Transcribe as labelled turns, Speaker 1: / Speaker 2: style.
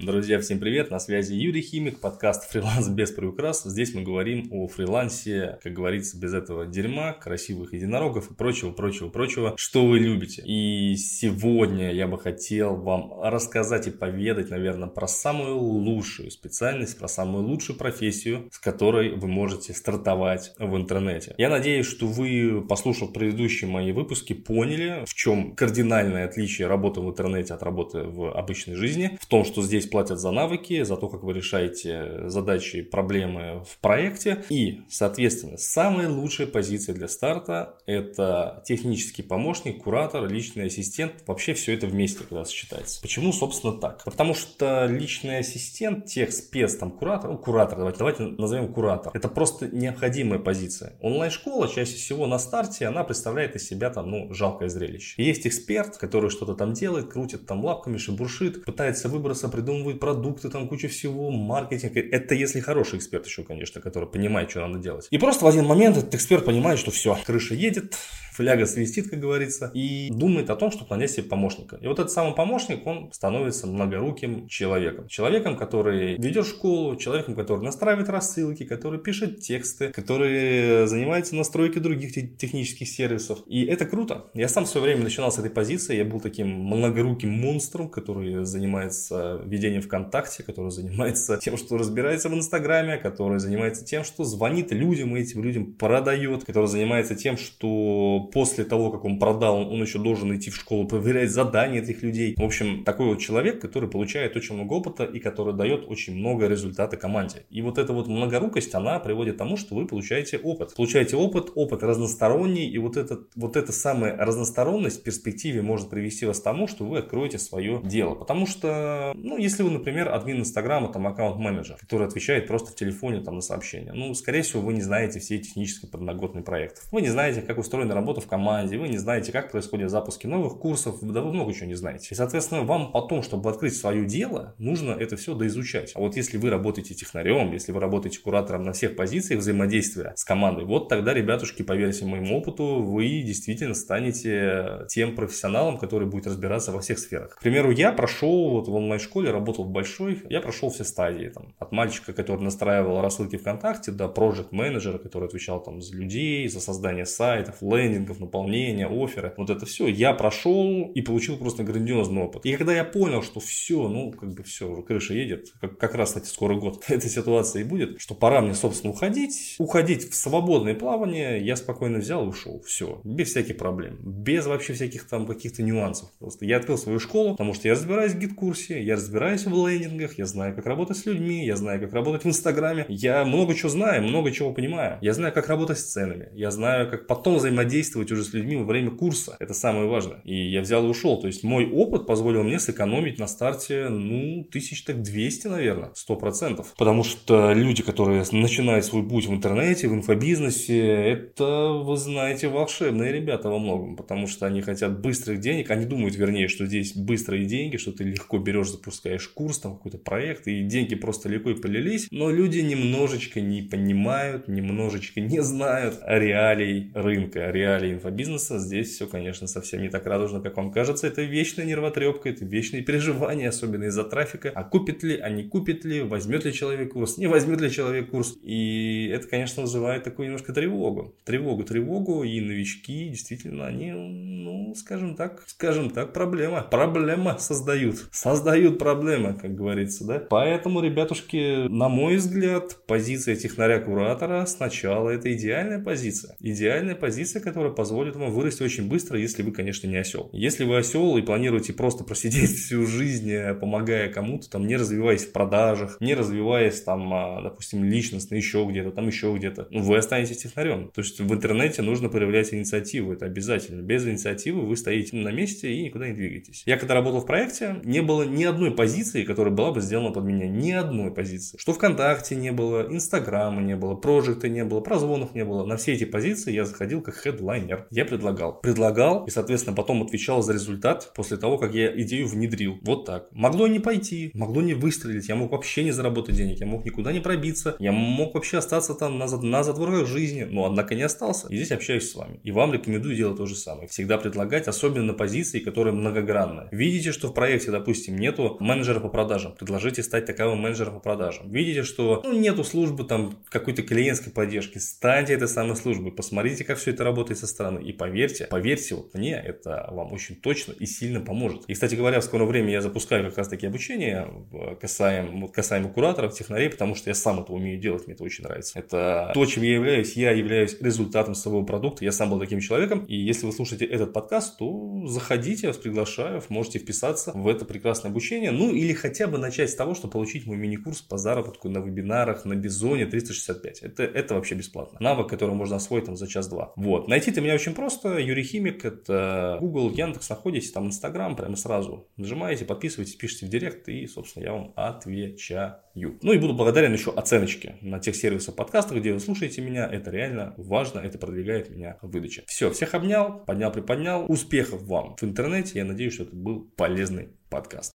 Speaker 1: Друзья, всем привет, на связи Юрий Химик, подкаст «Фриланс без приукрас». Здесь мы говорим о фрилансе, как говорится, без этого дерьма, красивых единорогов и прочего, что вы любите. И сегодня я бы хотел вам рассказать и поведать, наверное, про самую лучшую специальность, про самую лучшую профессию, с которой вы можете стартовать в интернете. Я надеюсь, что вы, послушав предыдущие мои выпуски, поняли, в чем кардинальное отличие работы в интернете от работы в обычной жизни, в том, что здесь платят за навыки, за то, как вы решаете задачи и проблемы в проекте. И, соответственно, самая лучшая позиция для старта – это технический помощник, куратор, личный ассистент. Вообще все это вместе, когда сочетается. Почему, собственно, так? Потому что личный ассистент, техспец, куратор, давайте назовем куратор. Это просто необходимая позиция. Онлайн-школа чаще всего на старте, она представляет из себя жалкое зрелище. Есть эксперт, который что-то там делает, крутит там лапками, шебуршит, пытается выбраться, придумывает продукты, куча всего, маркетинг. Это если хороший эксперт еще, конечно, который понимает, что надо делать. И просто в один момент этот эксперт понимает, что все, крыша едет, фляга свистит, как говорится, и думает о том, чтобы нанять себе помощника. И вот этот самый помощник, он становится многоруким человеком. Человеком, который ведет школу, человеком, который настраивает рассылки, который пишет тексты, который занимается настройкой других технических сервисов. И это круто. Я сам в свое время начинал с этой позиции. Я был таким многоруким монстром, который занимается ведением ВКонтакте, который занимается тем, что разбирается в Инстаграме, который занимается тем, что звонит людям и этим людям продает, который занимается тем, что после того, как он продал, он еще должен идти в школу, проверять задания этих людей. В общем, такой вот человек, который получает очень много опыта и который дает очень много результата команде. И вот эта вот многорукость, она приводит к тому, что вы получаете опыт. Получаете опыт разносторонний, и вот эта самая разносторонность в перспективе может привести вас к тому, что вы откроете свое дело. Потому что, если вы, например, админ Инстаграма, аккаунт-менеджер, который отвечает просто в телефоне на сообщения, скорее всего, вы не знаете все технические подноготные проектов. Вы не знаете, как устроена работа в команде, вы не знаете, как происходят запуски новых курсов, да вы много чего не знаете. И, соответственно, вам потом, чтобы открыть свое дело, нужно это все доизучать. А вот если вы работаете технарем, если вы работаете куратором на всех позициях взаимодействия с командой, вот тогда, ребятушки, поверьте моему опыту, вы действительно станете тем профессионалом, который будет разбираться во всех сферах. К примеру, я прошел в онлайн-школе, работал в большой, я прошел все стадии. От мальчика, который настраивал рассылки ВКонтакте, до проект-менеджера, который отвечал за людей, за создание сайтов, лендингов, наполнение, офферы. Вот это все я прошел и получил просто грандиозный опыт. И когда я понял, что все, все, крыша едет, как раз, кстати, скоро год эта ситуация и будет, что пора мне, собственно, уходить в свободное плавание, я спокойно взял и ушел. Все, без всяких проблем, без вообще всяких каких-то нюансов. Просто я открыл свою школу, потому что я разбираюсь в гид-курсе, я разбираюсь в лендингах, я знаю, как работать с людьми, я знаю, как работать в Инстаграме, я много чего знаю, много чего понимаю. Я знаю, как работать с ценами, я знаю, как потом взаимодействовать уже с людьми во время курса. Это самое важное. И я взял и ушел. То есть мой опыт позволил мне сэкономить на старте, 1200, наверное, 100%. Потому что люди, которые начинают свой путь в интернете, в инфобизнесе, это, вы знаете, волшебные ребята во многом. Потому что они хотят быстрых денег. Они думают, вернее, что здесь быстрые деньги, что ты легко берешь, запускаешь курс, какой-то проект, и деньги просто легко и полились. Но люди немножечко не понимают, немножечко не знают реалий рынка, реалий инфобизнеса. Здесь все, конечно, совсем не так радужно, как вам кажется. Это вечная нервотрепка, это вечные переживания, особенно из-за трафика. А купит ли, а не купит ли, возьмет ли человек курс, не возьмет ли человек курс. И это, конечно, вызывает такую немножко тревогу. Тревогу, и новички, действительно, они, скажем так, проблема создают. Создают проблемы, как говорится, да. Поэтому, ребятушки, на мой взгляд, позиция технаря-куратора сначала это идеальная позиция. Идеальная позиция, которая позволит вам вырасти очень быстро, если вы, конечно, не осел. Если вы осел и планируете просто просидеть всю жизнь, помогая кому-то, не развиваясь в продажах, не развиваясь допустим, личностно, еще где-то, вы останетесь технарем. То есть в интернете нужно проявлять инициативу, это обязательно. Без инициативы вы стоите на месте и никуда не двигаетесь. Я когда работал в проекте, не было ни одной позиции, которая была бы сделана под меня. Ни одной позиции. Что ВКонтакте не было, Инстаграма не было, Прожекта не было, прозвонов не было. На все эти позиции я заходил как хедлайнер. онлайнер. Я предлагал и, соответственно, потом отвечал за результат после того, как я идею внедрил. Вот так. Могло не пойти, могло не выстрелить, я мог вообще не заработать денег, я мог никуда не пробиться, я мог вообще остаться там на затворках жизни, но однако не остался. И здесь общаюсь с вами. И вам рекомендую делать то же самое. Всегда предлагать, особенно на позиции, которые многогранные. Видите, что в проекте, допустим, нету менеджера по продажам, предложите стать таковым менеджером по продажам. Видите, что нету службы там какой-то клиентской поддержки, станьте этой самой службой, посмотрите, как все это работает со стороны. И поверьте вот мне, это вам очень точно и сильно поможет. И, кстати говоря, в скором времени я запускаю как раз таки обучение касаемо кураторов, технарей, потому что я сам это умею делать, мне это очень нравится. Это то, чем я являюсь результатом своего продукта, я сам был таким человеком, и если вы слушаете этот подкаст, то заходите, я вас приглашаю, можете вписаться в это прекрасное обучение, или хотя бы начать с того, что получить мой мини-курс по заработку на вебинарах, на Бизоне 365. Это вообще бесплатно. Навык, который можно освоить там за час-два. Вот. Найти-то меня очень просто. Юрий Химик, это Google, Яндекс, находите, там Инстаграм, прямо сразу нажимаете, подписываетесь, пишите в директ, и, собственно, я вам отвечаю. И буду благодарен еще оценочке на тех сервисах подкастов, где вы слушаете меня. Это реально важно, это продвигает меня в выдаче. Все, всех обнял, поднял, приподнял. Успехов вам в интернете. Я надеюсь, что это был полезный подкаст.